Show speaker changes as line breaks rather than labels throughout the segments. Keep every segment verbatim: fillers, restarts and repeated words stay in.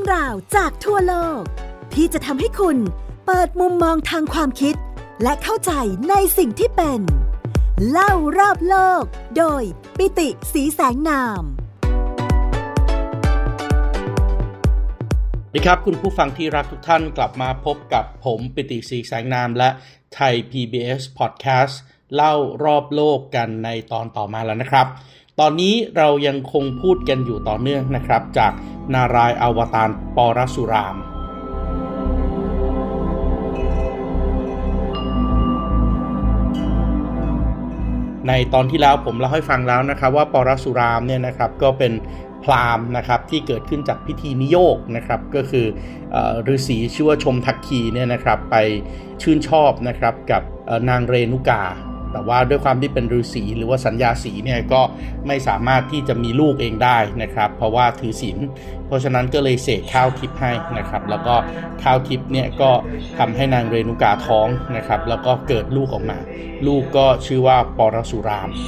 ราวจากทั่วโลกที่จะทำให้คุณเปิดมุมมองทางความคิดและเข้าใจในสิ่งที่เป็นเล่ารอบโลกโดยปิติศรีแสงนาม
สวัสดีครับคุณผู้ฟังที่รักทุกท่านกลับมาพบกับผมปิติศรีแสงนามและไทย พี บี เอส Podcast เล่ารอบโลกกันในตอนต่อมาแล้วนะครับตอนนี้เรายังคงพูดกันอยู่ต่อเนื่องนะครับจากนารายณ์อวตารปรสุรามในตอนที่แล้วผมเล่าให้ฟังแล้วนะครับว่าปรสุรามเนี่ยนะครับก็เป็นพราหมณ์นะครับที่เกิดขึ้นจากพิธีนิโยกนะครับก็คือเอ่อฤาษีชื่อว่าชมทักคีเนี่ยนะครับไปชื่นชอบนะครับกับนางเรนุกาแต่ว่าด้วยความที่เป็นฤาษีหรือว่าสัญญาสีเนี่ยก็ไม่สามารถที่จะมีลูกเองได้นะครับเพราะว่าถือศีลเพราะฉะนั้นก็เลยเสกข้าวทิพย์ให้นะครับแล้วก็ข้าวทิพย์เนี่ยก็ทำให้นางเรนุกาท้องนะครับแล้วก็เกิดลูกออกมาลูกก็ชื่อว่าปรสุราม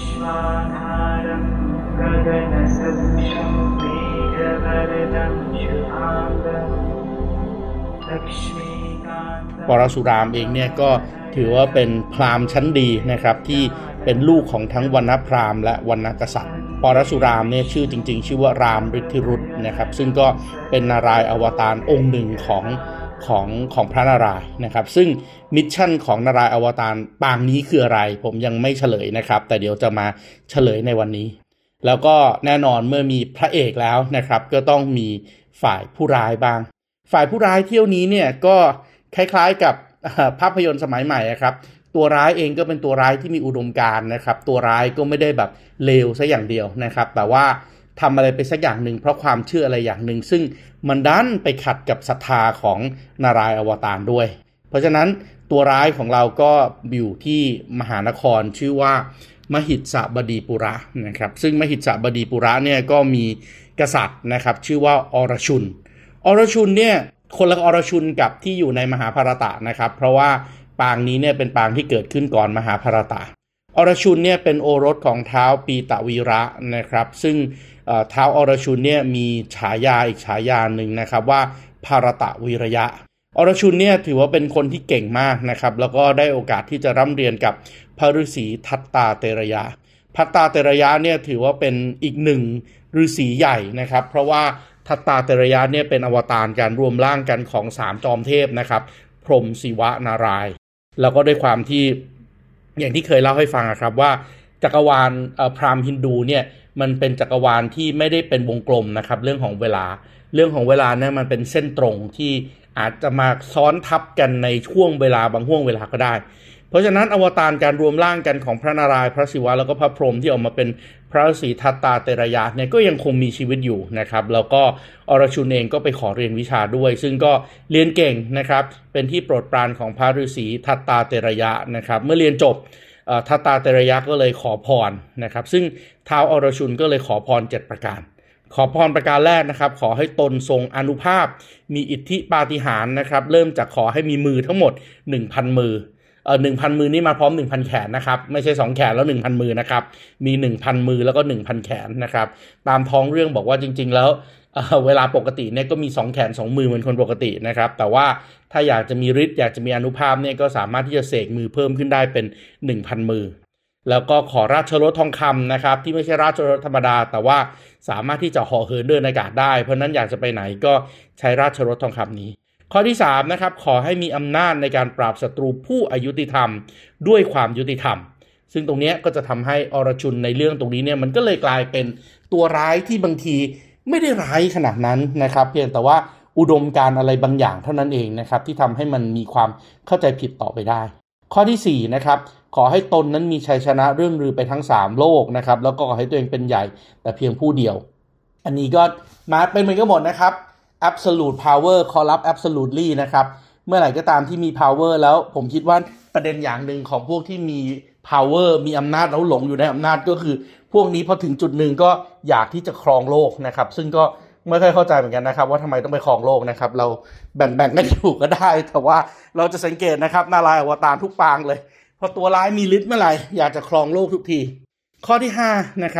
ปรสุรามเองเนี่ยก็ถือว่าเป็นพราหมณ์ชั้นดีนะครับที่เป็นลูกของทั้งวรรณพราหมณ์และวรรณกษัตริย์ปรสุรามเนี่ยชื่อจริงๆชื่อว่ารามฤทธิรุธนะครับซึ่งก็เป็นนารายณ์อวตารองค์หนึ่งของของของพระนารายณ์นะครับซึ่งมิชชั่นของนารายณ์อวตารปางนี้คืออะไรผมยังไม่เฉลยนะครับแต่เดี๋ยวจะมาเฉลยในวันนี้แล้วก็แน่นอนเมื่อมีพระเอกแล้วนะครับก็ต้องมีฝ่ายผู้ร้ายบ้างฝ่ายผู้ร้ายเที่ยวนี้เนี่ยก็คล้ายๆกับภาพยนตร์สมัยใหม่ครับตัวร้ายเองก็เป็นตัวร้ายที่มีอุดมการณ์นะครับตัวร้ายก็ไม่ได้แบบเลวซะอย่างเดียวนะครับแต่ว่าทำอะไรไปสักอย่างหนึ่งเพราะความเชื่ออะไรอย่างหนึ่งซึ่งมันดันไปขัดกับศรัทธาของนารายณ์อวตารด้วยเพราะฉะนั้นตัวร้ายของเราก็อยู่ที่มหานครชื่อว่ามหิสบดีปุระนะครับซึ่งมหิสบดีปุระเนี่ยก็มีกษัตริย์นะครับชื่อว่าอรชุนอรชุนเนี่ยคนละอรชุนกับที่อยู่ในมหาภารตะนะครับเพราะว่าปางนี้เนี่ยเป็นปางที่เกิดขึ้นก่อนมหาภารตะอรชุนเนี่ยเป็นโอรสของท้าวปีตวีระนะครับซึ่งท้าวอรชุนเนี่ยมีฉายาอีกฉายาหนึ่งนะครับว่าภารตะวีระยะอรชุนเนี่ยถือว่าเป็นคนที่เก่งมากนะครับแล้วก็ได้โอกาสที่จะร่ำเรียนกับพระฤาษีทัตตาเตระยะทัตตาเตระยะเนี่ยถือว่าเป็นอีกหนึ่งฤาษีใหญ่นะครับเพราะว่าทัตตาเตระยะเนี่ยเป็นอวตารการรวมร่างกันของสามจอมเทพนะครับพรหมศิวะนารายณ์แล้วก็ด้วยความที่อย่างที่เคยเล่าให้ฟังครับว่าจักรวาลพราหมณ์ฮินดูเนี่ยมันเป็นจักรวาลที่ไม่ได้เป็นวงกลมนะครับเรื่องของเวลาเรื่องของเวลาเนี่ยมันเป็นเส้นตรงที่อาจจะมาซ้อนทับกันในช่วงเวลาบางห่วงเวลาก็ได้เพราะฉะนั้นอวตารการรวมร่างกันของพระนารายณ์พระศิวะแล้วก็พระพรหมที่ออกมาเป็นพระฤาษีทัตตาเตระยะเนี่ยก็ยังคงมีชีวิตอยู่นะครับแล้วก็อรชุนเองก็ไปขอเรียนวิชาด้วยซึ่งก็เรียนเก่งนะครับเป็นที่โปรดปรานของพระฤาษีทัตตาเตระยะนะครับเมื่อเรียนจบทัตตาเตระยะก็เลยขอพรนะครับซึ่งท้าวอรชุนก็เลยขอพรเจ็ดประการขอพรประการแรกนะครับขอให้ตนทรงอานุภาพมีอิทธิปาฏิหาริย์นะครับเริ่มจากขอให้มีมือทั้งหมด หนึ่งพัน มือเอ่อ หนึ่งพัน มือนี่มาพร้อม หนึ่งพัน แขนนะครับไม่ใช่สองแขนแล้ว หนึ่งพัน มือนะครับมี หนึ่งพัน มือแล้วก็ หนึ่งพัน แขนนะครับตามท้องเรื่องบอกว่าจริงๆแล้วเอ่อเวลาปกติเนี่ยก็มีสองแขนสองมือเหมือนคนปกตินะครับแต่ว่าถ้าอยากจะมีฤทธิ์อยากจะมีอานุภาพเนี่ยก็สามารถที่จะเสกมือเพิ่มขึ้นได้เป็น หนึ่งพัน มือแล้วก็ขอราชรถทองคำนะครับที่ไม่ใช่ราชรถธรรมดาแต่ว่าสามารถที่จะห่อเหินเดินอากาศได้เพราะนั้นอยากจะไปไหนก็ใช้ราชรถทองคำนี้ข้อที่สามนะครับขอให้มีอำนาจในการปราบศัตรูผู้อยุติธรรมด้วยความยุติธรรมซึ่งตรงนี้ก็จะทำให้อรชุนในเรื่องตรงนี้เนี่ยมันก็เลยกลายเป็นตัวร้ายที่บางทีไม่ได้ร้ายขนาดนั้นนะครับเพียงแต่ว่าอุดมการณ์อะไรบางอย่างเท่านั้นเองนะครับที่ทำให้มันมีความเข้าใจผิดต่อไปได้ข้อที่สี่นะครับขอให้ตนนั้นมีชัยชนะเรื่องลือไปทั้งสามโลกนะครับแล้วก็ขอให้ตัวเองเป็นใหญ่แต่เพียงผู้เดียวอันนี้ก็มาเป็นเหมือนกันหมดนะครับ absolute power corrupt absolutely นะครับเมื่อไหร่ก็ตามที่มี power แล้วผมคิดว่าประเด็นอย่างหนึ่งของพวกที่มี power มีอำนาจแล้วหลงอยู่ในอำนาจก็คือพวกนี้พอถึงจุดหนึ่งก็อยากที่จะครองโลกนะครับซึ่งก็ไม่ค่อยเข้าใจเหมือนกันนะครับว่าทำไมต้องไปครองโลกนะครับเราแบ่งๆกันอยู่ก็ได้แต่ว่าเราจะสังเกตนะครับนารายณ์อวตารทุกปางเลยพอตัวร้ายมีฤทธิ์เมื่อไหร่อยากจะครองโลกทุกทีข้อที่ห้านะครับ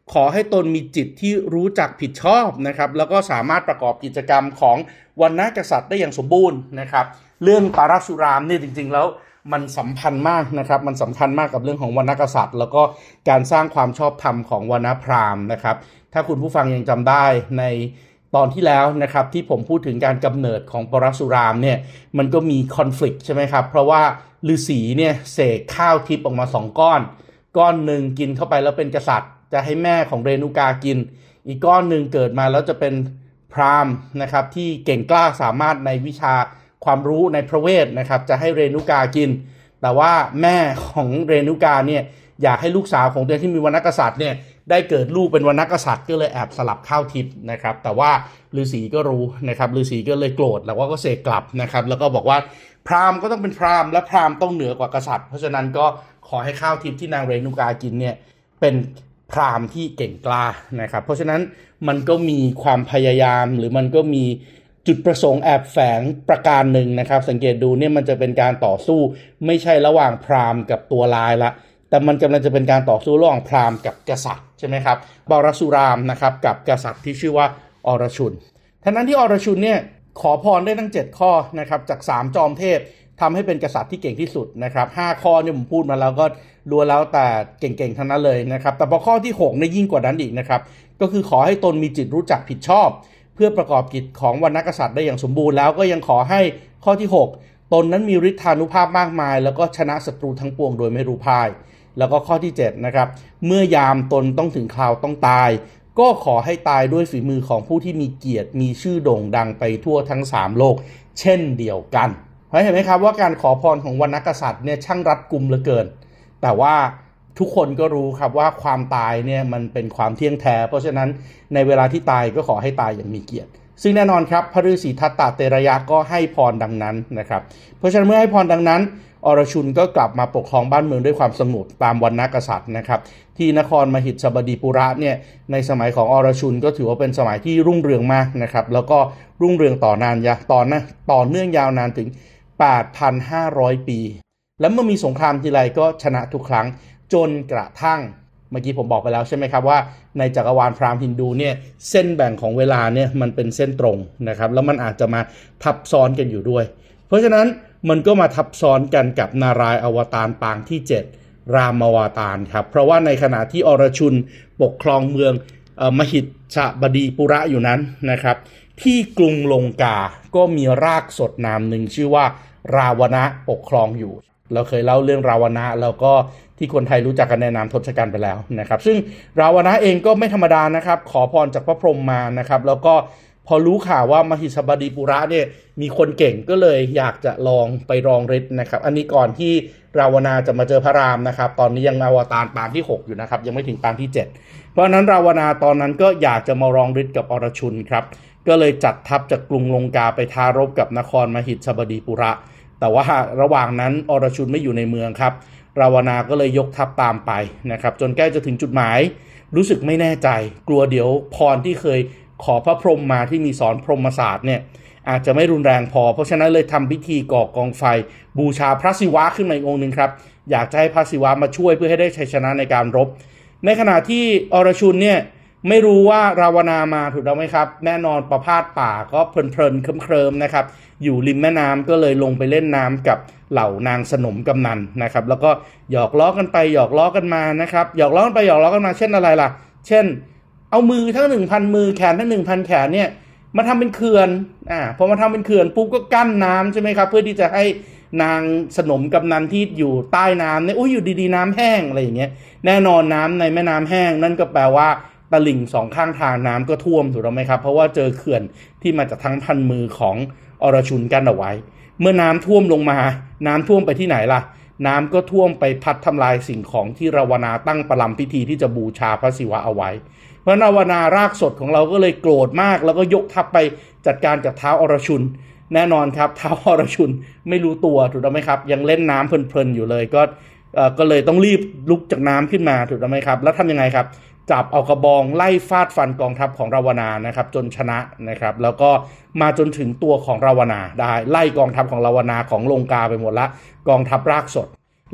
ขอให้ตนมีจิตที่รู้จักผิดชอบนะครับแล้วก็สามารถประกอบกิจกรรมของวรรณกษัตริย์ได้อย่างสมบูรณ์นะครับเรื่องปาราสุรามนี่จริงๆแล้วมันสัมพันธ์มากนะครับมันสำคัญมากกับเรื่องของวรรณกษัตริย์แล้วก็การสร้างความชอบธรรมของวรรณพราหมณ์นะครับถ้าคุณผู้ฟังยังจำได้ในตอนที่แล้วนะครับที่ผมพูดถึงการกำเนิดของปาราสุรามเนี่ยมันก็มีคอนฟลิกต์ใช่ไหมครับเพราะว่าฤาษีเนี่ยเสกข้าวทิพย์ออกมาสองก้อนก้อนหนึ่งกินเข้าไปแล้วเป็นกษัตริย์จะให้แม่ของเรณุกากินอีกก้อนหนึ่งเกิดมาแล้วจะเป็นพราหมณ์นะครับที่เก่งกล้าสามารถในวิชาความรู้ในพระเวทนะครับจะให้เรณุกากินแต่ว่าแม่ของเรณุกาเนี่ยอยากให้ลูกสาวของตัวเองที่มีวรรณกษัตริย์เนี่ยได้เกิดลูกเป็นวรรณกษัตริย์ก็เลยแอบสลับข้าวทิพย์นะครับแต่ว่าฤาษีก็รู้นะครับฤาษีก็เลยโกรธแล้วก็เสกกลับนะครับแล้วก็บอกว่าพราหมณ์ก็ต้องเป็นพราหมณ์และพราหมณ์ต้องเหนือกว่ากษัตริย์เพราะฉะนั้นก็ขอให้ข้าวทิพย์ที่นางเรณุกากินเนี่ยเป็นพราหมณ์ที่เก่งกล้านะครับเพราะฉะนั้นมันก็มีความพยายามหรือมันก็มีจุดประสงค์แอบแฝงประการหนึ่งนะครับสังเกตดูเนี่ยมันจะเป็นการต่อสู้ไม่ใช่ระหว่างพราหมณ์กับตัวร้ายละแต่มันกำลังจะเป็นการต่อสู้ระหว่างพราหมณ์กับกษัตริย์ใช่ไหมครับปาราสุรามนะครับกับกษัตริย์ที่ชื่อว่าอรชุนท่านั้นที่อรชุนเนี่ยขอพรได้ทั้งเจ็ดข้อนะครับจากสามจอมเทพทำให้เป็นกษัตริย์ที่เก่งที่สุดนะครับห้าข้อเนี่ยผมพูดมาแล้วก็ล้วนแล้วแต่เก่งๆทั้งนั้นเลยนะครับแต่พอข้อที่หกเนี่ยยิ่งกว่านั้นอีกนะครับก็คือขอให้ตนมีจิตรู้จักผิดชอบเพื่อประกอบกิจของวรรณกษัตริย์ได้อย่างสมบูรณ์แล้วก็ยังขอให้ข้อที่หกตนนั้นมีฤทธานุภาพมากมายแล้วก็ชนะศัตรูทั้งปวงโดยไม่รู้พ่ายแล้วก็ข้อที่เจ็ดนะครับเมื่อยามตนต้องถึงคราวต้องตายก็ขอให้ตายด้วยฝีมือของผู้ที่มีเกียรติมีชื่อโด่งดังไปทั่วทั้งสามโลกเช่นเดียวกันเห็นไหมครับว่าการขอพรของวรรณกษัตริย์เนี่ยช่างรัดกุมเหลือเกินแต่ว่าทุกคนก็รู้ครับว่าความตายเนี่ยมันเป็นความเที่ยงแท้เพราะฉะนั้นในเวลาที่ตายก็ขอให้ตายอย่างมีเกียรติซึ่งแน่นอนครับพระฤาษีทัตตะเตระยะก็ให้พรดังนั้นนะครับเพราะฉะนั้นเมื่อให้พรดังนั้นอรชุนก็กลับมาปกครองบ้านเมืองด้วยความสงบตามวรรณกษัตริย์นะครับที่นครมหิดลบดีปุระเนี่ยในสมัยของอรชุนก็ถือว่าเป็นสมัยที่รุ่งเรืองมากนะครับแล้วก็รุ่งเรืองต่อนานยาต่อนะต่อเนื่องยาวนานถึง แปดพันห้าร้อย ปีและเมื่อมีสงครามทีไรก็ชนะทุกครั้งจนกระทั่งเมื่อกี้ผมบอกไปแล้วใช่ไหมครับว่าในจักรวาลพราหมณ์ฮินดูเนี่ยเส้นแบ่งของเวลาเนี่ยมันเป็นเส้นตรงนะครับแล้วมันอาจจะมาทับซ้อนกันอยู่ด้วยเพราะฉะนั้นมันก็มาทับซ้อนกันกับนารายณ์อวตารปางที่เจ็ดรามอวตารครับเพราะว่าในขณะที่อรชุนปกครองเมืองเอ่อมหิดลบดีปุระอยู่นั้นนะครับที่กรุงลงกาก็มีรากสดนามหนึ่งชื่อว่าราวนะปกครองอยู่เราเคยเล่าเรื่องราวนะแล้วก็ที่คนไทยรู้จักกันในนามทศกัณฐ์ไปแล้วนะครับซึ่งราวนะเองก็ไม่ธรรมดานะครับขอพรจากพระพรหมมานะครับแล้วก็พอรู้ข่าวว่ามหิดลบดีปุระเนี่ยมีคนเก่งก็เลยอยากจะลองไปลองฤทธิ์นะครับอันนี้ก่อนที่ราวนาจะมาเจอพระรามนะครับตอนนี้ยังอวตารปางที่หกอยู่นะครับยังไม่ถึงปางที่เจ็ดเพราะนั้นราวนาตอนนั้นก็อยากจะมาลองฤทธิ์กับอรชุนครับก็เลยจัดทัพจากกรุงลงกาไปท้ารบกับนครมหิดลบดีปุระแต่ว่าระหว่างนั้นอรชุนไม่อยู่ในเมืองครับราวนาก็เลยยกทัพตามไปนะครับจนใกล้จะถึงจุดหมายรู้สึกไม่แน่ใจกลัวเดี๋ยวพรที่เคยขอพระพรหมมาที่มีสอนพรหมศาสตร์เนี่ยอาจจะไม่รุนแรงพอเพราะฉะนั้นเลยทำพิธีก่อกองไฟบูชาพระศิวะขึ้นมาอีกองค์หนึ่งครับอยากจะให้พระศิวะมาช่วยเพื่อให้ได้ชัยชนะในการรบในขณะที่อรชุนเนี่ยไม่รู้ว่าราวนามาถูกต้องไหมครับแน่นอนประพาสป่าก็เพลินๆเคลิ้มๆนะครับอยู่ริมแม่น้ำก็เลยลงไปเล่นน้ำกับเหล่านางสนมกำนันนะครับแล้วก็หยอกล้อกันไปหยอกล้อกันมานะครับหยอกล้อกันไปหยอกล้อกันมาเช่นอะไรล่ะเช่นเอามือทั้ง หนึ่งพัน มือแขนทั้ง หนึ่งพัน แขนเนี่ยมาทำเป็นเขื่อนอ่าพอมาทำเป็นเขื่อนปุ๊บก็กั้นน้ำใช่ไหมครับเพื่อที่จะให้นางสนมกำนันที่อยู่ใต้น้ำเนี่ยอุ้ยอยู่ดีๆน้ำแห้งอะไรอย่างเงี้ยแน่นอนน้ำในแม่น้ำแห้งนั่นก็แปลว่าตลิ่งสองข้างทางน้ำก็ท่วมถูกต้องไหมครับเพราะว่าเจอเขื่อนที่มาจากทั้งพันมือของอรชุนกั้นเอาไว้เมื่อน้ำท่วมลงมาน้ำท่วมไปที่ไหนล่ะน้ำก็ท่วมไปพัดทำลายสิ่งของที่ราวนาตั้งประลัมพิธีที่จะบูชาพระศิวะเอาไว้เพราะราวนารากสดของเราก็เลยโกรธมากแล้วก็ยกทัพไปจัดการจากเท้าอรชุนแน่นอนครับเท้าอรชุนไม่รู้ตัวถูกต้องไหมครับยังเล่นน้ำเพลินๆอยู่เลยก็เอ่อก็เลยต้องรีบลุกจากน้ำขึ้นมาถูกต้องไหมครับแล้วทำยังไงครับจับเอากระบองไล่ฟาดฟันกองทัพของราวนานะครับจนชนะนะครับแล้วก็มาจนถึงตัวของราวนาได้ไล่กองทัพของราวนาของลงกาไปหมดละกองทัพรากสด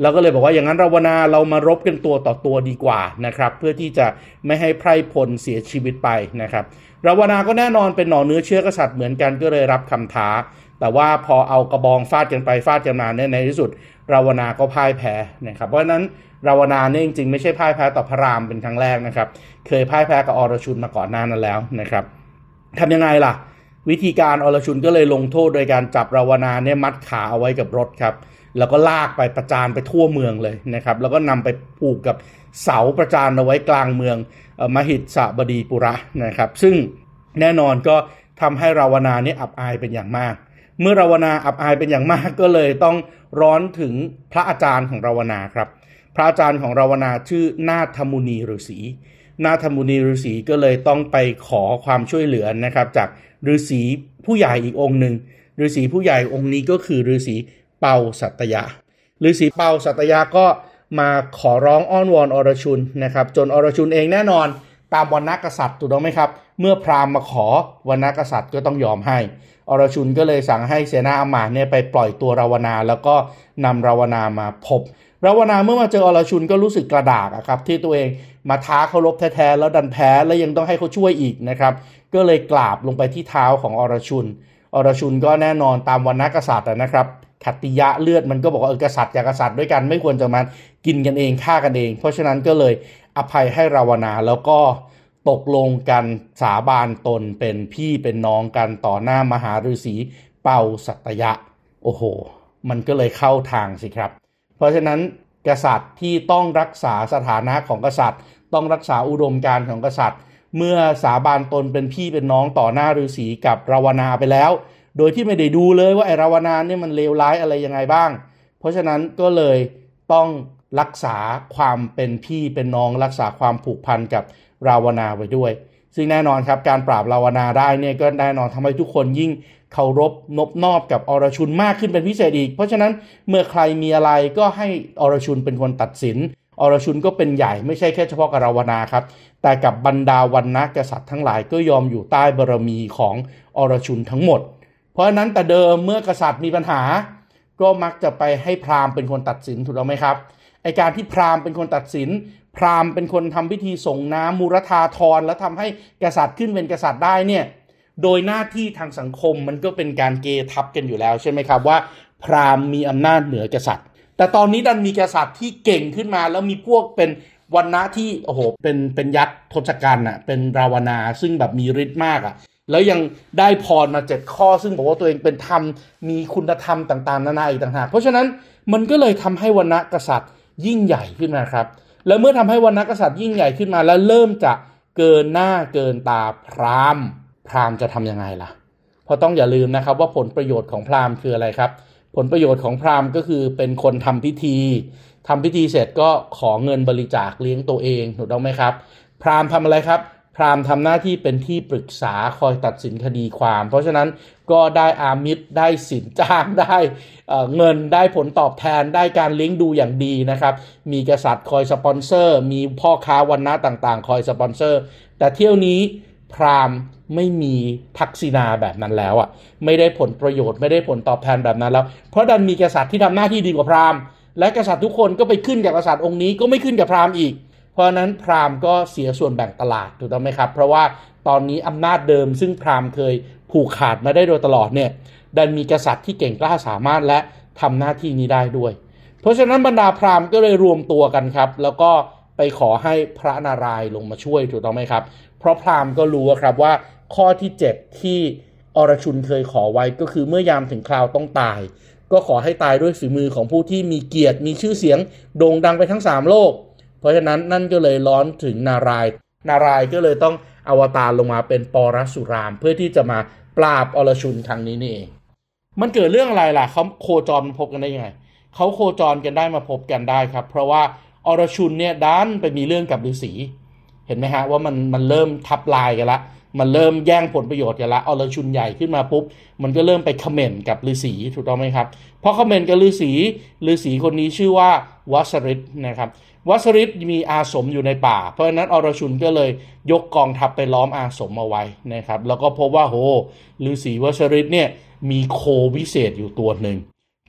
แล้วก็เลยบอกว่าอย่างนั้นราวนาเรามารบกันตัวต่อตัวดีกว่านะครับเพื่อที่จะไม่ให้ไพร่พลเสียชีวิตไปนะครับราวนาก็แน่นอนเป็นหน่อเนื้อเชื้อกษัตริย์เหมือนกันก็เลยรับคำท้าแต่ว่าพอเอากระบองฟาดกันไปฟาดกันมาเนี่ยในที่สุดราวนาก็พ่ายแพ้นะครับเพราะฉะนั้นราวนาเนี่ยจริงๆไม่ใช่พ่ายแพ้ต่อพระรามเป็นครั้งแรกนะครับเคยพ่ายแพ้กับอรชุนมาก่อนหน้านั้นแล้วนะครับทำยังไงล่ะวิธีการอรชุนก็เลยลงโทษโดยการจับราวนาเนี่ยมัดขาเอาไว้กับรถครับแล้วก็ลากไปประจานไปทั่วเมืองเลยนะครับแล้วก็นำไปผูกกับเสาประจานเอาไว้กลางเมืองมหิทสบดีปุระนะครับซึ่งแน่นอนก็ทำให้ราวนาเนี่ยอับอายเป็นอย่างมากเมื่อราวนาอับอายเป็นอย่างมากก็เลยต้องร้อนถึงพระอาจารย์ของราวนาครับพระอาจารย์ของราวนาชื่อนาถมุนีฤาษีนาถมุนีฤาษีก็เลยต้องไปขอความช่วยเหลือนะครับจากฤาษีผู้ใหญ่อีกองค์หนึ่งฤาษีผู้ใหญ่องค์นี้ก็คือฤาษีเปาสัตยะฤาษีเปาสัตยะก็มาขอร้องอ้อนวอนอรชุนนะครับจนอรชุนเองแน่นอนตามวรรณกษัตริย์ถูกต้องไหมครับเมื่อพราหมณ์มาขอวรรณกษัตริย์ก็ต้องยอมให้อรชุนก็เลยสั่งให้เสนาอมาตย์เนี่ยไปปล่อยตัวราวนาแล้วก็นำราวนามาพบราวนาเมื่อมาเจออรชุนก็รู้สึกกระดากอะครับที่ตัวเองมาท้าเคารพแท้ๆแล้วดันแพ้แล้วยังต้องให้เขาช่วยอีกนะครับก็เลยกราบลงไปที่เท้าของอรชุนอรชุนก็แน่นอนตามวรรณกษัตริย์นะครับขัตติยะเลือดมันก็บอกว่าเออกษัตริย์กับกษัตริย์ด้วยกันไม่ควรจะมากินกันเองฆ่ากันเองเพราะฉะนั้นก็เลยอภัยให้ราวนาแล้วก็ตกลงกันสาบานตนเป็นพี่เป็นน้องกันต่อหน้ามหาฤาษีเปาสัตยะโอ้โหมันก็เลยเข้าทางสิครับเพราะฉะนั้นกษัตริย์ที่ต้องรักษาสถานะของกษัตริย์ต้องรักษาอุดมการณ์ของกษัตริย์เมื่อสาบานตนเป็นพี่เป็นน้องต่อหน้าฤาษีกับราวนาไปแล้วโดยที่ไม่ได้ดูเลยว่าไอ้ราวนาเนี่ยมันเลวร้ายอะไรยังไงบ้างเพราะฉะนั้นก็เลยต้องรักษาความเป็นพี่เป็นน้องรักษาความผูกพันกับราวนาไว้ด้วยซึ่งแน่นอนครับการปราบราวนาได้เนี่ยก็แน่นอนทำให้ทุกคนยิ่งเคารพนบนอบกับอรชุนมากขึ้นเป็นพิเศษอีกเพราะฉะนั้นเมื่อใครมีอะไรก็ให้อรชุนเป็นคนตัดสินอรชุนก็เป็นใหญ่ไม่ใช่แค่เฉพาะกับราวนาครับแต่กับบรรดาวรรณกษัตริย์ทั้งหลายก็ยอมอยู่ใต้บารมีของอรชุนทั้งหมดเพราะฉะนั้นแต่เดิมเมื่อกษัตริย์มีปัญหาก็มักจะไปให้พราหมณ์เป็นคนตัดสินถูกต้องไหมครับไอการที่พราหมณ์เป็นคนตัดสินพราหมณ์เป็นคนทำพิธีส่งน้ำมูรธาธรแล้วทำให้กษัตริย์ขึ้นเป็นกษัตริย์ได้เนี่ยโดยหน้าที่ทางสังคมมันก็เป็นการเกทับกันอยู่แล้วใช่ไหมครับว่าพราหมณ์มีอำนาจเหนือกษัตริย์แต่ตอนนี้ดันมีกษัตริย์ที่เก่งขึ้นมาแล้วมีพวกเป็นวรรณะที่โอ้โหเป็นเป็นยักษ์ทศกัณฐ์อ่ะเป็นราวนาซึ่งแบบมีฤทธิ์มากอ่ะแล้วยังได้พรมาเจ็ดข้อซึ่งบอกว่าตัวเองเป็นธรรมมีคุณธรรมต่างๆนานาอีกต่างหากเพราะฉะนั้นมันก็เลยทำให้วรรณกษัตริย์ยิ่งใหญ่ขึ้นมาครับแล้วเมื่อทำให้วรรณกษัตริย์ยิ่งใหญ่ขึ้นมาแล้วเริ่มจะเกินหน้าเกินตาพราหมณ์พราหมณ์จะทำยังไงล่ะเพราะต้องอย่าลืมนะครับว่าผลประโยชน์ของพราหมณ์คืออะไรครับผลประโยชน์ของพราหมณ์ก็คือเป็นคนทำพิธีทำพิธีเสร็จก็ขอเงินบริจาคเลี้ยงตัวเองถูกต้องไหมครับพราหมณ์ทำอะไรครับพราหมณ์ทำหน้าที่เป็นที่ปรึกษาคอยตัดสินคดีความเพราะฉะนั้นก็ได้อามิตรได้สินจ้างได้ เอ่อ เงินได้ผลตอบแทนได้การเลี้ยงดูอย่างดีนะครับมีกษัตริย์คอยสปอนเซอร์มีพ่อค้าวรรณะต่างๆคอยสปอนเซอร์แต่เที่ยวนี้พราหมณ์ไม่มีทักษิณาแบบนั้นแล้วอ่ะไม่ได้ผลประโยชน์ไม่ได้ผลตอบแทนแบบนั้นแล้วเพราะดันมีกษัตริย์ที่ทำหน้าที่ดีกว่าพราหมณ์และกษัตริย์ทุกคนก็ไปขึ้นกับกษัตริย์องค์นี้ก็ไม่ขึ้นกับพราหมณ์อีกเพราะนั้นพราหมณ์ก็เสียส่วนแบ่งตลาดถูกต้องไหมครับเพราะว่าตอนนี้อำนาจเดิมซึ่งพราหมณ์เคยผูกขาดมาได้โดยตลอดเนี่ยดันมีกษัตริย์ที่เก่งกล้าสามารถและทำหน้าที่นี้ได้ด้วยเพราะฉะนั้นบรรดาพราหมณ์ก็เลยรวมตัวกันครับแล้วก็ไปขอให้พระนารายณ์ลงมาช่วยถูกต้องไหมครับเพราะพราหมณ์ก็รู้ครับว่าข้อที่เจ็ดที่อรชุนเคยขอไว้ก็คือเมื่อยามถึงคราวต้องตายก็ขอให้ตายด้วยฝีมือของผู้ที่มีเกียรติมีชื่อเสียงโด่งดังไปทั้งสามโลกเพราะฉะนั้นนั่นก็เลยร้อนถึงนารายณ์นารายณ์ก็เลยต้องอวตารลงมาเป็นปรสุรามเพื่อที่จะมาปราบอรชุนครั้งนี้นี่เองมันเกิดเรื่องอะไรล่ะเขาโคจรมาพบกันได้ยังไงเขาโคจรกันได้มาพบกันได้ครับเพราะว่าอรชุนเนี่ยดันไปมีเรื่องกับฤาษีเห็นไหมฮะว่ามันมันเริ่มทับลายกันละมันเริ่มแย่งผลประโยชน์กันละอรชุนใหญ่ขึ้นมาปุ๊บมันก็เริ่มไปคอมเมนต์กับฤาษีถูกต้องไหมครับพอคอมเมนต์กับฤาษีฤาษีคนนี้ชื่อว่าวสริตนะครับวสริตมีอาสมอยู่ในป่าเพราะฉะนั้นอรชุนก็เลยยกกองทัพไปล้อมอาสมเอาไว้นะครับแล้วก็พบว่าโหฤาษีวสริตเนี่ยมีโควิเศษอยู่ตัวหนึ่งโ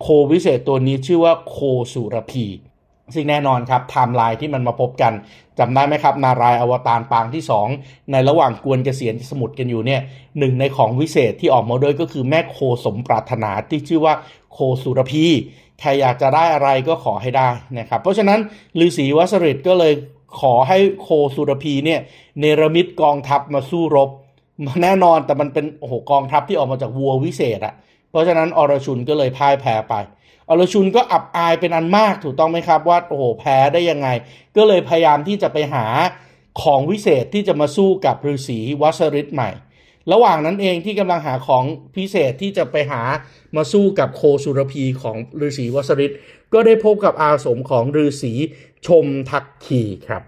โควิเศษตัวนี้ชื่อว่าโคสุรพีซึ่งแน่นอนครับไทม์ไลน์ที่มันมาพบกันจำได้ไหมครับนารายณ์อวตารปางที่สองในระหว่างกวนเกษียณสมุทรกันอยู่เนี่ยหนึ่งในของวิเศษที่ออกมาด้วยก็คือแม่โคสมปรารถนาที่ชื่อว่าโคสุรพีใครอยากจะได้อะไรก็ขอให้ได้นะครับเพราะฉะนั้นฤาษีวสฤทธิ์ก็เลยขอให้โคสุรพีเนี่ยเนรมิตกองทัพมาสู้รบแน่นอนแต่มันเป็นโอ้โหกองทัพที่ออกมาจากวัววิเศษอะเพราะฉะนั้นอรชุนก็เลยพ่ายแพ้ไปอรชุนก็อับอายเป็นอันมากถูกต้องไหมครับว่าโอ้โหแพ้ได้ยังไงก็เลยพยายามที่จะไปหาของวิเศษที่จะมาสู้กับฤาษีวสฤทธิ์ใหม่ระหว่างนั้นเองที่กำลังหาของพิเศษที่จะไปหามาสู้กับโคสุรพีของฤาษีวสฤทธิ์ก็ได้พบกับอาสมของฤาษีชมทักคีครับ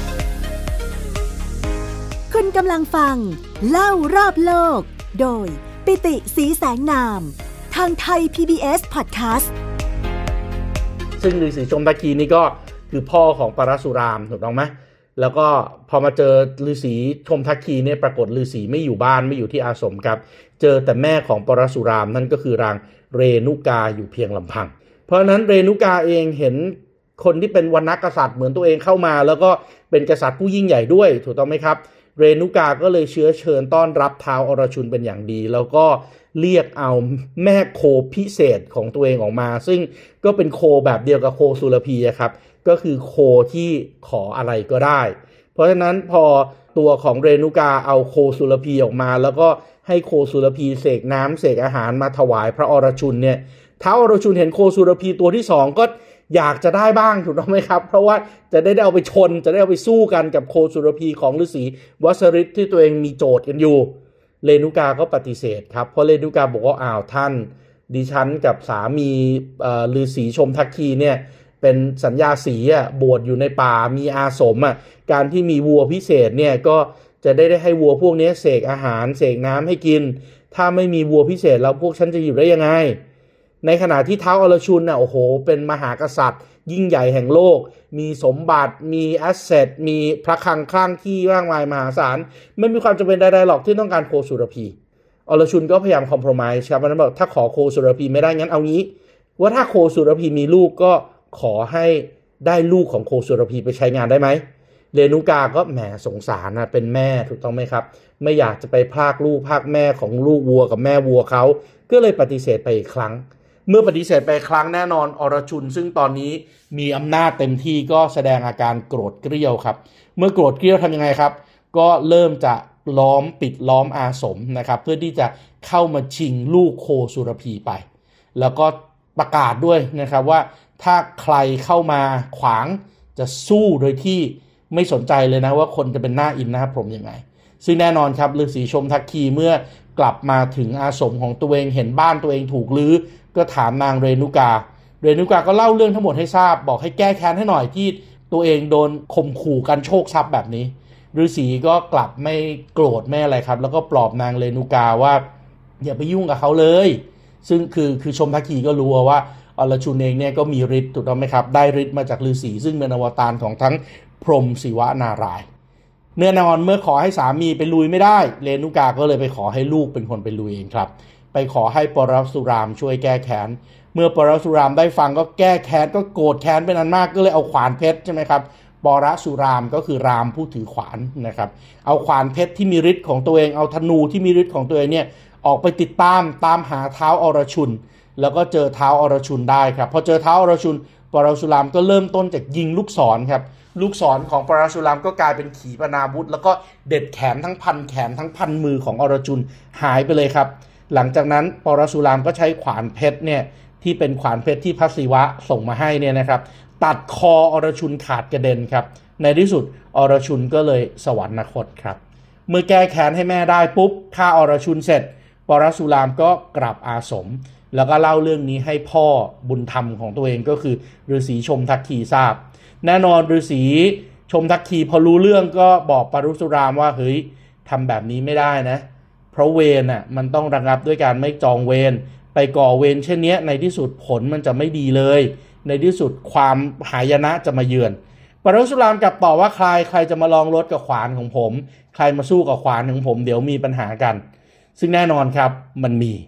คุณกำลังฟังเล่ารอบโลกโดยปิติศรีแสงนามทางไทย พี บี เอส Podcast
ซึ่งฤาษีชมทักคีนี่ก็คือพ่อของปรสุรามถูกต้องไหมแล้วก็พอมาเจอฤาษีชมทักคีเนี่ยปรากฏฤาษีไม่อยู่บ้านไม่อยู่ที่อาสมครับเจอแต่แม่ของปรสุรามนั่นก็คือรางเรนุกาอยู่เพียงลำพังเพราะนั้นเรนุกาเองเห็นคนที่เป็นวรรณกษัตริย์เหมือนตัวเองเข้ามาแล้วก็เป็นกษัตริย์ผู้ยิ่งใหญ่ด้วยถูกต้องไหมครับเรนุกาก็เลยเชื้อเชิญต้อนรับท้าวอรชุนเป็นอย่างดีแล้วก็เรียกเอาแม่โคพิเศษของตัวเองออกมาซึ่งก็เป็นโคแบบเดียวกับโคสุรพีครับก็คือโคที่ขออะไรก็ได้เพราะฉะนั้นพอตัวของเรนุกาเอาโคสุรพีออกมาแล้วก็ให้โคสุรพีเสกน้ำเสกอาหารมาถวายพระอรชุนเนี่ยท้าวอรชุนเห็นโคสุรพีตัวที่สองก็อยากจะได้บ้างถูกต้องไหมครับเพราะว่าจะได้เอาไปชนจะได้เอาไปสู้กันกับโคสุรพีของฤาษีวสฤทธิ์ที่ตัวเองมีโจทย์กันอยู่เรนุกาก็ปฏิเสธครับเพราะเรนุกาบอกว่าอ้าวท่านดิฉันกับสามีฤาษีชมทักคีเนี่ยเป็นสัญญาสีอ่ะบวชอยู่ในป่ามีอาสมอ่ะการที่มีวัวพิเศษเนี่ยก็จะได้ได้ให้วัวพวกนี้เสกอาหารเสกน้ำให้กินถ้าไม่มีวัวพิเศษแล้วพวกฉันจะอยู่ได้ยังไงในขณะที่ท้าวอรชุนน่ะโอ้โหเป็นมหากษัตริย์ยิ่งใหญ่แห่งโลกมีสมบัติมีแอสเซทมีพระคลังคลั่งที่มากมายมหาศาลไม่มีความจำเป็นใดๆหรอกที่ต้องการโคสุรพีอรชุนก็พยายามคอมโพรไมซ์ครับมันบอกถ้าขอโคสุรพีไม่ได้งั้นเอางี้ว่าถ้าโคสุรพีมีลูกก็ขอให้ได้ลูกของโคสุรพีไปใช้งานได้ไหมเรนุกาก็แหมสงสารนะเป็นแม่ถูกต้องไหมครับไม่อยากจะไปพรากลูกพรากแม่ของลูกวัวกับแม่วัวเขาก็เลยปฏิเสธไปอีกครั้งเมื่อปฏิเสธไปครั้งแน่นอนอรชุนซึ่งตอนนี้มีอำนาจเต็มที่ก็แสดงอาการโกรธเกรี้ยวครับเมื่อโกรธเกรี้ยวทำยังไงครับก็เริ่มจะล้อมปิดล้อมอาสมนะครับเพื่อที่จะเข้ามาชิงลูกโคสุรพีไปแล้วก็ประกาศด้วยนะครับว่าถ้าใครเข้ามาขวางจะสู้โดยที่ไม่สนใจเลยนะว่าคนจะเป็นหน้าอินนะครับผมยังไงซึ่งแน่นอนครับฤาษีชมทักคีเมื่อกลับมาถึงอาสมของตัวเองเห็นบ้านตัวเองถูกรื้อก็ถามนางเรนุกาเรนุกาก็เล่าเรื่องทั้งหมดให้ทราบบอกให้แก้แค้นให้หน่อยที่ตัวเองโดนข่มขู่กันโชคทรัพย์แบบนี้ฤาษีก็กลับไม่โกรธไม่อะไรครับแล้วก็ปลอบนางเรนุกาว่าอย่าไปยุ่งกับเขาเลยซึ่งคือคือชมทักคีก็รู้ว่าอรชุนเองเนี่ยก็มีฤทธิ์ถูกต้องไหมครับได้ฤทธิ์มาจากฤาษีซึ่งเป็นอวตารของทั้งพรหมศิวะนารายณ์เนื่องนอนเมื่อขอให้สามีไปลุยไม่ได้เรนุกาก็เลยไปขอให้ลูกเป็นคนไปลุยเองครับไปขอให้ปรสุรามช่วยแก้แค้นเมื่อปรสุรามได้ฟังก็แก้แค้นก็โกรธแค้นเป็นอันมากก็เลยเอาขวานเพชรใช่ไหมครับปรสุรามก็คือรามผู้ถือขวานนะครับเอาขวานเพชรที่มีฤทธิ์ของตัวเองเอาธนูที่มีฤทธิ์ของตัวเองเนี่ยออกไปติดตามตามหาท้าวอรชุนแล้วก็เจอท้าวอรชุนได้ครับพอเจอท้าวอรชุนปรสุรามก็เริ่มต้นจากยิงลูกศรครับลูกศรของปรสุรามก็กลายเป็นขีปนาวุธแล้วก็เด็ดแขนทั้งพันแขนทั้งพันมือของอรชุนหายไปเลยครับหลังจากนั้นปรสุรามก็ใช้ขวานเพชรเนี่ยที่เป็นขวานเพชรที่พระศิวะส่งมาให้เนี่ยนะครับตัดคออรชุนขาดกระเด็นครับในที่สุดอรชุนก็เลยสวรรคตครับเมื่อแก้แค้นให้แม่ได้ปุ๊บฆ่าอรชุนเสร็จปรสุรามก็กลับอาสมแล้วก็เล่าเรื่องนี้ให้พ่อบุญธรรมของตัวเองก็คือฤาษีชมทักคีทราบแน่นอนฤาษีชมทักคีพอรู้เรื่องก็บอกปรสุรามว่าเฮ้ยทำแบบนี้ไม่ได้นะเพราะเวรน่ะมันต้องระงับด้วยการไม่จองเวรไปก่อเวรเช่นนี้ในที่สุดผลมันจะไม่ดีเลยในที่สุดความหายนะจะมาเยือนปรสุรามกลับตอบว่าใครใครจะมาลองรถกับขวานของผมใครมาสู้กับขวานของผมเดี๋ยวมีปัญหากันซึ่งแน่นอนครับมันมี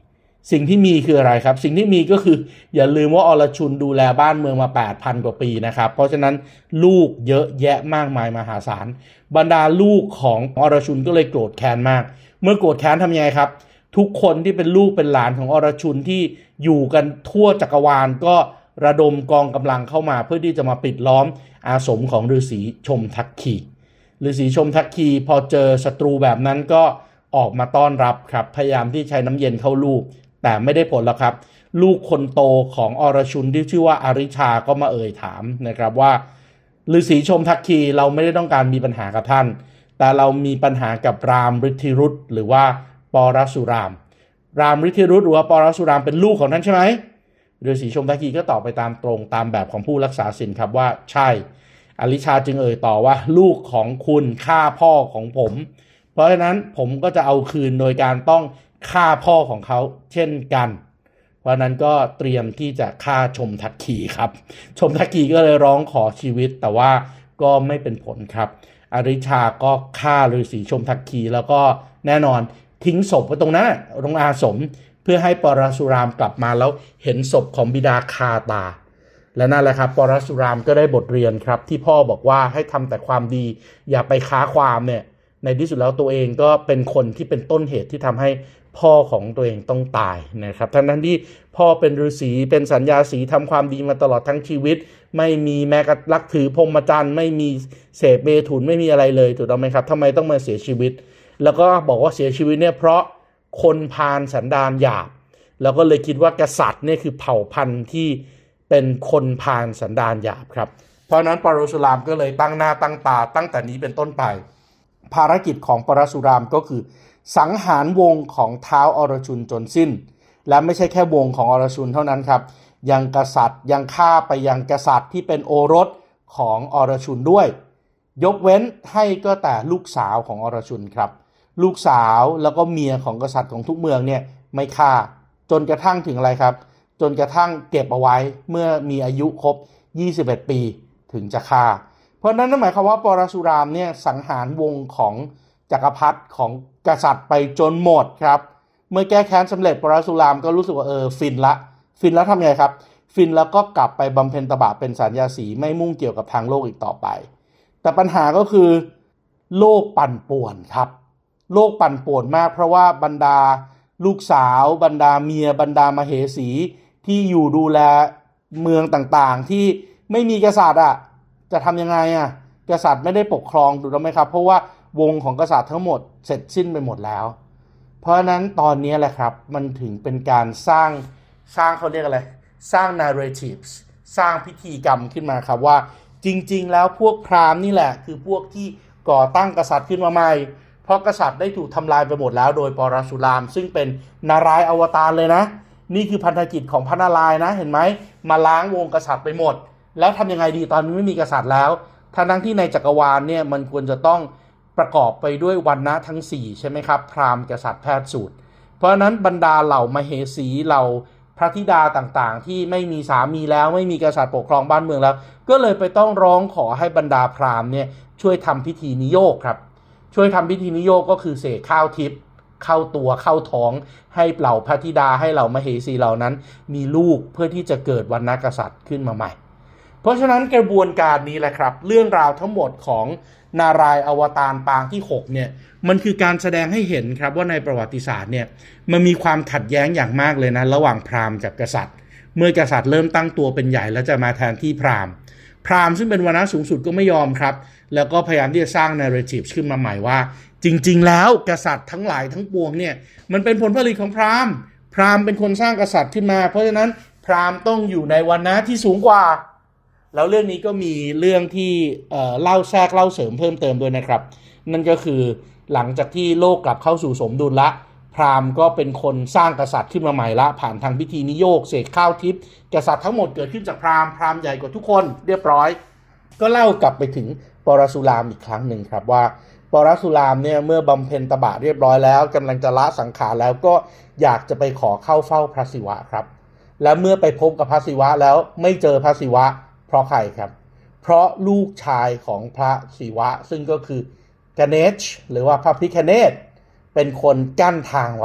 สิ่งที่มีคืออะไรครับสิ่งที่มีก็คืออย่าลืมว่าอรชุนดูแลบ้านเมืองมา แปดพัน กว่าปีนะครับเพราะฉะนั้นลูกเยอะแยะมากมายมหาศาลบรรดาลูกของอรชุนก็เลยโกรธแค้นมากเมื่อโกรธแค้นทำยังไงครับทุกคนที่เป็นลูกเป็นหลานของอรชุนที่อยู่กันทั่วจักรวาลก็ระดมกองกำลังเข้ามาเพื่อที่จะมาปิดล้อมอาสมของฤาษีชมทัคคีฤาษีชมทัคคีพอเจอศัตรูแบบนั้นก็ออกมาต้อนรับครับพยายามที่ใช้น้ำเย็นเข้าลูกแต่ไม่ได้ผลแล้วครับลูกคนโตของอรชุนที่ชื่อว่าอาริชาก็มาเอ่ยถามนะครับว่าฤาษีชมทัคคีเราไม่ได้ต้องการมีปัญหากับท่านแต่เรามีปัญหากับรามฤทธิรุธหรือว่าปรสุรามรามฤทธิรุธหรือว่าปรสุรามเป็นลูกของท่านใช่ไหมฤาษีชมทัคคีก็ตอบไปตามตรงตามแบบของผู้รักษาศีลครับว่าใช่อริชาจึงเอ่ยต่อว่าลูกของคุณฆ่าพ่อของผมเพราะฉะนั้นผมก็จะเอาคืนโดยการต้องฆ่าพ่อของเขาเช่นกันเพราะนั้นก็เตรียมที่จะฆ่าชมทัคคีครับชมทัคคีก็เลยร้องขอชีวิตแต่ว่าก็ไม่เป็นผลครับอริชาก็ฆ่าฤาษีชมทัคคีแล้วก็แน่นอนทิ้งศพไว้ตรงนั้นตรงอาสมเพื่อให้ปรสุรามกลับมาแล้วเห็นศพของบิดาคาตาและนั่นแหละครับปรสุรามก็ได้บทเรียนครับที่พ่อบอกว่าให้ทำแต่ความดีอย่าไปค้าความเนี่ยในที่สุดแล้วตัวเองก็เป็นคนที่เป็นต้นเหตุที่ทำให้พ่อของตัวเองต้องตายนะครับทั้งนั้นที่พ่อเป็นฤาษีเป็นสัญญาสีทำความดีมาตลอดทั้งชีวิตไม่มีแม้กระทั่งลักถือพรหมจรรย์ไม่มีเสพเมถุนไม่มีอะไรเลยถูกต้องไหมครับทำไมต้องมาเสียชีวิตแล้วก็บอกว่าเสียชีวิตเนี่ยเพราะคนพาลสันดานหยาบแล้วก็เลยคิดว่ากษัตริย์เนี่ยคือเผ่าพันธุ์ที่เป็นคนพาลสันดานหยาบครับเพราะนั้นปรสุรามก็เลยตั้งหน้าตั้งตาตั้งแต่นี้เป็นต้นไปภารกิจของปรสุรามก็คือสังหารวงของท้าวอรชุนจนสิ้นและไม่ใช่แค่วงของอรชุนเท่านั้นครับยังกษัตริย์ยังฆ่าไปยังกษัตริย์ที่เป็นโอรสของอรชุนด้วยยกเว้นให้ก็แต่ลูกสาวของอรชุนครับลูกสาวแล้วก็เมียของกษัตริย์ของทุกเมืองเนี่ยไม่ฆ่าจนกระทั่งถึงอะไรครับจนกระทั่งเก็บเอาไว้เมื่อมีอายุครบยี่สิบเอ็ดปีถึงจะฆ่าเพราะนั้นนั่นหมายความว่าปรสุรามเนี่ยสังหารวงของจักรพรรดิของกษัตริย์ไปจนหมดครับเมื่อแก้แค้นสำเร็จปรสุรามก็รู้สึกว่าเออฟินละฟินแล้วทำไงครับฟินแล้วก็กลับไปบำเพ็ญตบะเป็นสัญญาสีไม่มุ่งเกี่ยวกับทางโลกอีกต่อไปแต่ปัญหาก็คือโลกปั่นป่วนครับโลกปั่นป่วนมากเพราะว่าบรรดาลูกสาวบรรดาเมียบรรดามเหสีที่อยู่ดูแลเมืองต่างๆที่ไม่มีกษัตริย์อ่ะจะทำยังไงอ่ะกษัตริย์ไม่ได้ปกครองถูกต้องไหมครับเพราะว่าวงของกษัตริย์ทั้งหมดเสร็จสิ้นไปหมดแล้วเพราะฉะนั้นตอนนี้แหละครับมันถึงเป็นการสร้างสร้างเขาเรียกอะไรสร้าง narratives สร้างพิธีกรรมขึ้นมาครับว่าจริงๆแล้วพวกพราหมณ์นี่แหละคือพวกที่ก่อตั้งกษัตริย์ขึ้นมาใหม่เพราะกษัตริย์ได้ถูกทำลายไปหมดแล้วโดยปรสุรามซึ่งเป็นนารายณ์อวตารเลยนะนี่คือพันธกิจของพระนารายณ์นะเห็นไหมมาล้างวงกษัตริย์ไปหมดแล้วทำยังไงดีตอนนี้ไม่มีกษัตริย์แล้วทั้งที่ในจักรวาลเนี่ยมันควรจะต้องประกอบไปด้วยวรรณะทั้งสี่ใช่ไหมครับพราหมณ์กษัตริย์แพทย์สูตรเพราะฉะนั้นบรรดาเหล่ามเหสีเหล่าพระธิดาต่างๆที่ไม่มีสามีแล้วไม่มีกษัตริย์ปกครองบ้านเมืองแล้วก็เลยไปต้องร้องขอให้บรรดาพราหมณ์เนี่ยช่วยทำพิธีนิโยกครับช่วยทำพิธีนิโยกก็คือเสกข้าวทิพย์เข้าตัวเข้าท้องให้เหล่าพระธิดาให้เหล่ามเหสีเหล่านั้นมีลูกเพื่อที่จะเกิดวรรณกษัตริย์ขึ้นมาใหม่เพราะฉะนั้นกระบวนการนี้แหละครับเรื่องราวทั้งหมดของนารายณ์อวตารปางที่หกเนี่ยมันคือการแสดงให้เห็นครับว่าในประวัติศาสตร์เนี่ยมันมีความขัดแย้งอย่างมากเลยนะระหว่างพราหมณ์กับกษัตริย์เมื่อกษัตริย์เริ่มตั้งตัวเป็นใหญ่แล้วจะมาแทนที่พราหมณ์พราหมณ์ซึ่งเป็นวรรณะสูงสุดก็ไม่ยอมครับแล้วก็พยายามที่จะสร้าง narrative ขึ้นมาใหม่ว่าจริงๆแล้วกษัตริย์ทั้งหลายทั้งปวงเนี่ยมันเป็นผลผลิตของพราหมณ์พราหมณ์เป็นคนสร้างกษัตริย์ขึ้นมาเพราะฉะนั้นพราหมณ์ต้องอยู่ในวรรณะที่สูงกว่าแล้วเรื่องนี้ก็มีเรื่องที่เอ่อเล่าแทรกเล่าเสริมเพิ่มเติมด้วยนะครับนั่นก็คือหลังจากที่โลกกลับเข้าสู่สมดุลละพราหมณ์ก็เป็นคนสร้างกษัตริย์ขึ้นมาใหม่ละผ่านทางพิธีนิโยกเสกข้าวทิพย์กษัตริย์ทั้งหมดเกิดขึ้นจากพราหมณ์พราหมณ์ใหญ่กว่าทุกคนเรียบร้อยก็เล่ากลับไปถึงปรสุรามอีกครั้งหนึ่งครับว่าปรสุรามเนี่ยเมื่อบำเพ็ญตบะเรียบร้อยแล้วกำลังจะละสังขารแล้วก็อยากจะไปขอเข้าเฝ้าพระศิวะครับและเมื่อไปพบกับพระศิวะแล้วไม่เจอพระศิวะเพราะใครครับเพราะลูกชายของพระศิวะซึ่งก็คือกเนชหรือว่าพระพิฆเนศเป็นคนกั้นทางไว้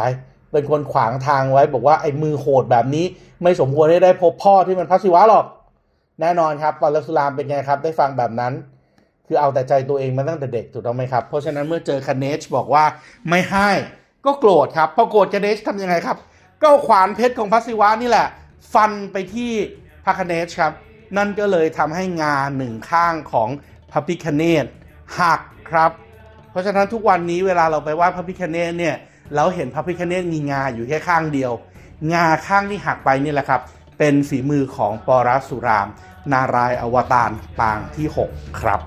เป็นคนขวางทางไว้บอกว่าไอ้มือโหดแบบนี้ไม่สมควรให้ได้พบพ่อที่เป็นพระศิวะหรอกแน่นอนครับปอรัสุรามเป็นไงครับได้ฟังแบบนั้นคือเอาแต่ใจตัวเองมาตั้งแต่เด็กถูกต้องไหมครับเพราะฉะนั้นเมื่อเจอคเนชบอกว่าไม่ให้ก็โกรธครับพอโกรธคเนชทำยังไงครับก็เอาขวานเพชรของพระศิวะนี่แหละฟันไปที่พระคเนชครับนั่นก็เลยทำให้งาหนึ่งข้างของพระพิฆเนศหักครับเพราะฉะนั้นทุกวันนี้เวลาเราไปไหว้พระพิฆเนศเนี่ยเราเห็นพระพิฆเนศมีงาอยู่แค่ข้างเดียวงาข้างที่หักไปนี่แหละครับเป็นฝีมือของปรสุรามนารายณ์อวตารปางที่หกครับ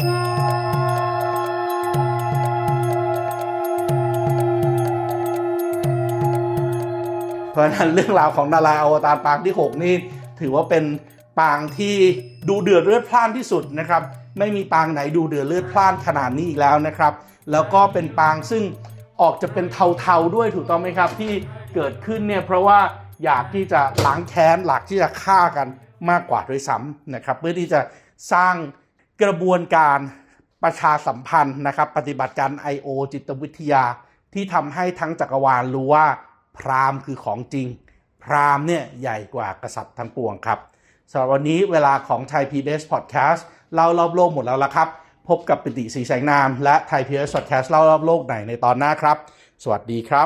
เพราะฉะนั้นเรื่องราวของนารายณ์อวตารปางที่หกนี่ถือว่าเป็นปางที่ดูเดือดเลือดพล่านที่สุดนะครับไม่มีปางไหนดูเดือดเลือดพล่านขนาดนี้อีกแล้วนะครับแล้วก็เป็นปางซึ่งออกจะเป็นเทาๆด้วยถูกต้องไหมครับที่เกิดขึ้นเนี่ยเพราะว่าอยากที่จะล้างแค้นหลักที่จะฆ่ากันมากกว่าด้วยซ้ำนะครับเพื่อที่จะสร้างกระบวนการประชาสัมพันธ์นะครับปฏิบัติการ ไอ โอ จิตวิทยาที่ทำให้ทั้งจักรวาลรู้ว่าพราหมณ์คือของจริงพราหมณ์เนี่ยใหญ่กว่ากษัตริย์ทั้งปวงครับสำหรับวันนี้เวลาของ Thai พี บี เอส Podcast เล่ารอบโลกหมดแล้วละครับพบกับปิติศรีแสงนามและ Thai พี บี เอส Podcast เล่ารอบโลกไหนในตอนหน้าครับสวัสดีครับ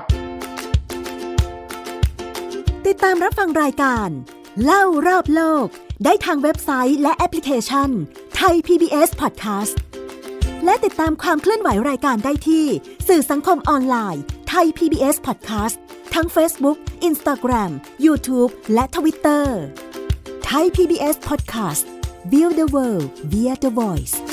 ติดตามรับฟังรายการเล่ารอบโลกได้ทางเว็บไซต์และแอปพลิเคชัน Thai พี บี เอส Podcast และติดตามความเคลื่อนไหวรายการได้ที่สื่อสังคมออนไลน์ Thai พี บี เอส Podcast ทั้ง Facebook, Instagram, YouTube และ Twitter Thai พี บี เอส Podcast View the world via the voice